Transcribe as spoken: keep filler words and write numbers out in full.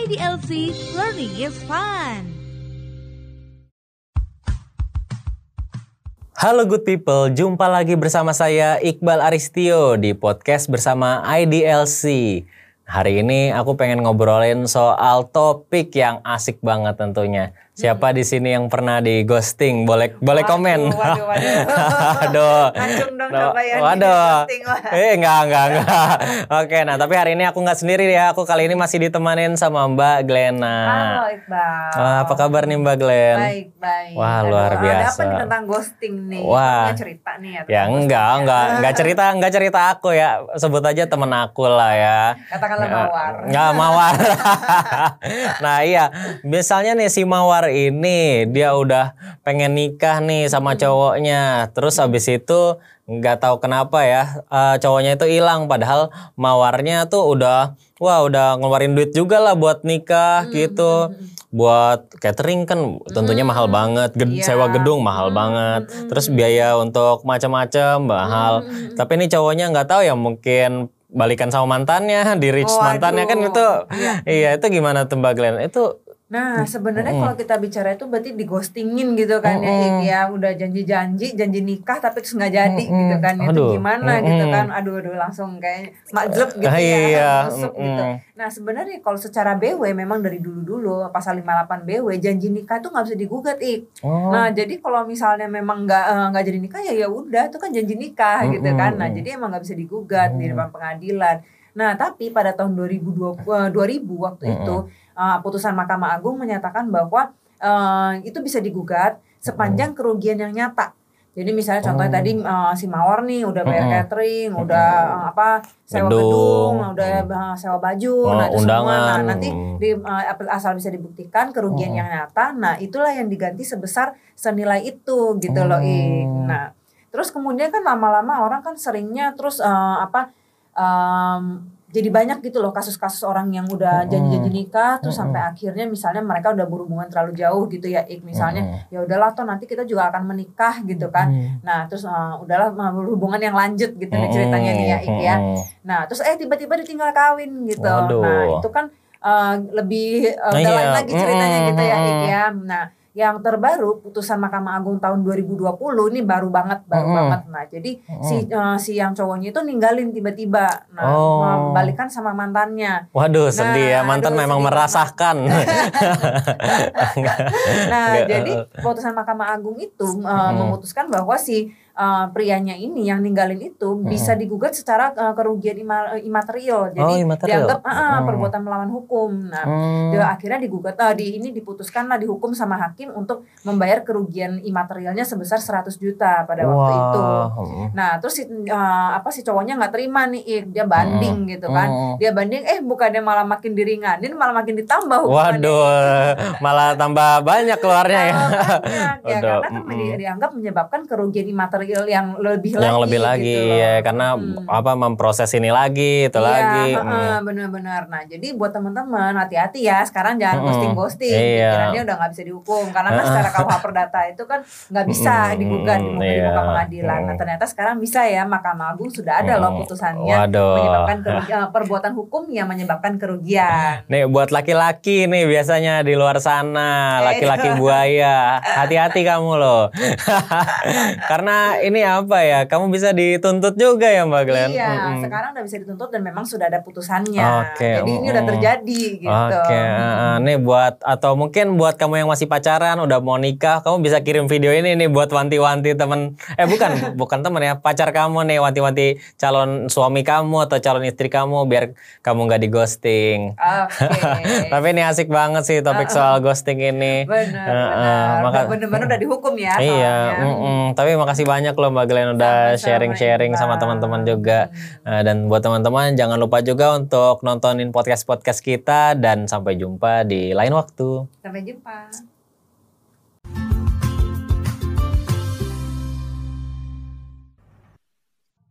I D L C, learning is fun. Halo good people, jumpa lagi bersama saya Iqbal Aristio di podcast bersama I D L C. Hari ini aku pengen ngobrolin soal topik yang asik banget tentunya. Siapa hmm. di sini yang pernah di ghosting? Boleh boleh waduh, komen. Waduh, waduh. Aduh. Langsung dong coba yang waduh. di ghosting. Eh enggak enggak enggak. Oke, nah tapi hari ini aku nggak sendiri ya. Aku kali ini masih ditemanin sama Mbak Glena. Halo Iqbal. Wah, apa kabar nih Mbak Glen? Baik, baik. Wah, Aduh, luar biasa. Ada apa nih tentang ghosting nih? Wah. Nggak cerita nih ya? Ya enggak, enggak, enggak cerita, enggak cerita aku ya. Sebut aja temen aku lah ya. Katakanlah Mawar. Enggak, Mawar. Nah iya, misalnya nih si Mawar ini dia udah pengen nikah nih sama cowoknya. Terus habis itu nggak tahu kenapa ya uh, cowoknya itu hilang. Padahal Mawarnya tuh udah, wah udah ngeluarin duit juga lah buat nikah gitu. Buat catering kan tentunya mahal banget, Ged- yeah. sewa gedung mahal mm, banget, mm, terus biaya untuk macam-macam mahal. Mm, Tapi ini cowoknya nggak tahu ya, mungkin balikan sama mantannya, di reach oh, mantannya aduh. Kan itu, iya. iya itu gimana tuh Mbak Glen? Itu Nah sebenarnya mm. kalau kita bicara itu berarti di ghostingin gitu kan mm. ya, ya udah janji-janji, janji nikah tapi terus nggak jadi mm. gitu kan, itu aduh. gimana mm. gitu kan, aduh aduh langsung kayak makjleb gitu uh, ya, iya. busuk mm. gitu. Nah sebenarnya kalau secara B W memang dari dulu-dulu pasal lima puluh delapan B W janji nikah tuh nggak bisa digugat Ik. Oh. Nah jadi kalau misalnya memang nggak nggak uh, jadi nikah ya ya udah itu kan janji nikah mm. gitu kan. Nah jadi emang nggak bisa digugat mm. di depan pengadilan. Nah tapi pada tahun dua ribu dua puluh, dua ribu waktu mm. itu uh, putusan Mahkamah Agung menyatakan bahwa uh, itu bisa digugat sepanjang mm. kerugian yang nyata. Jadi misalnya contohnya oh. tadi uh, si Mawar nih udah bayar mm-hmm. catering, mm-hmm. udah uh, apa sewa gedung, gedung udah uh, sewa baju, oh, nah itu undangan. semua. Nah nanti di, uh, asal bisa dibuktikan kerugian mm. yang nyata, nah itulah yang diganti sebesar senilai itu gitu mm. loh Ik. Nah terus kemudian kan lama-lama orang kan seringnya terus uh, apa um, jadi banyak gitu loh kasus-kasus orang yang udah janji-janji nikah terus mm-hmm. sampai akhirnya misalnya mereka udah berhubungan terlalu jauh gitu ya Ik, misalnya mm-hmm. ya udahlah toh nanti kita juga akan menikah gitu kan. Mm-hmm. Nah terus uh, udahlah berhubungan yang lanjut gitu mm-hmm. nih ceritanya nih ya Ik ya. Nah terus eh tiba-tiba ditinggal kawin gitu. Waduh. Nah itu kan uh, lebih uh, udah lain lagi ceritanya mm-hmm. gitu ya Ik ya. Nah yang terbaru putusan Mahkamah Agung tahun dua ribu dua puluh ini baru banget baru mm. banget. Nah jadi mm. si uh, si yang cowoknya itu ninggalin tiba-tiba, nah oh. balikan sama mantannya. Waduh sedih nah, ya, mantan aduh, memang merasakan. Nah jadi putusan Mahkamah Agung itu uh, mm. memutuskan bahwa si Uh, prianya ini yang ninggalin itu hmm. bisa digugat secara uh, kerugian ima- imaterial, jadi oh, imaterial. dianggap uh, hmm. perbuatan melawan hukum. Nah, hmm. dia akhirnya digugat, uh, di ini diputuskanlah dihukum sama hakim untuk membayar kerugian imaterialnya sebesar seratus juta pada wow. waktu itu. Nah, terus si uh, apa si cowoknya nggak terima nih, dia banding hmm. gitu kan, hmm. dia banding, eh bukannya malah makin diringanin, malah makin ditambah hukumannya. Waduh, malah tambah banyak keluarnya ya. Banyak, ya karena kan mm. dianggap menyebabkan kerugian imaterial yang lebih yang lagi, lebih lagi gitu ya karena hmm. apa memproses ini lagi itu iya, lagi uh, benar-benar. Nah jadi buat teman-teman hati-hati ya sekarang jangan ghosting-ghosting, iya. pikirannya udah nggak bisa dihukum karena kan secara K U H Perdata itu kan nggak bisa digugat di muka iya. pengadilan. Nah ternyata sekarang bisa ya, Mahkamah Agung sudah ada loh putusannya. Waduh. Menyebabkan kerugian, perbuatan hukum yang menyebabkan kerugian. Nih buat laki-laki nih biasanya di luar sana, laki-laki buaya, hati-hati kamu loh. Karena ini apa ya, kamu bisa dituntut juga ya Mbak Glen. Iya, mm-hmm. sekarang udah bisa dituntut dan memang sudah ada putusannya. Okay. Jadi mm-hmm. ini udah terjadi gitu. Oke, okay. uh, nih buat atau mungkin buat kamu yang masih pacaran udah mau nikah, kamu bisa kirim video ini nih buat wanti-wanti temen. Eh bukan, bukan temen ya, pacar kamu nih, wanti-wanti calon suami kamu atau calon istri kamu biar kamu nggak di ghosting. Oke. Okay. Tapi ini asik banget sih topik uh-uh. soal ghosting ini. Benar, uh, uh, maka, benar-benar udah dihukum ya. Iya. Tapi makasih banyak. Banyak loh Mbak Glen udah sharing-sharing sama teman-teman juga. Nah, dan buat teman-teman jangan lupa juga untuk nontonin podcast-podcast kita dan sampai jumpa di lain waktu. Sampai jumpa.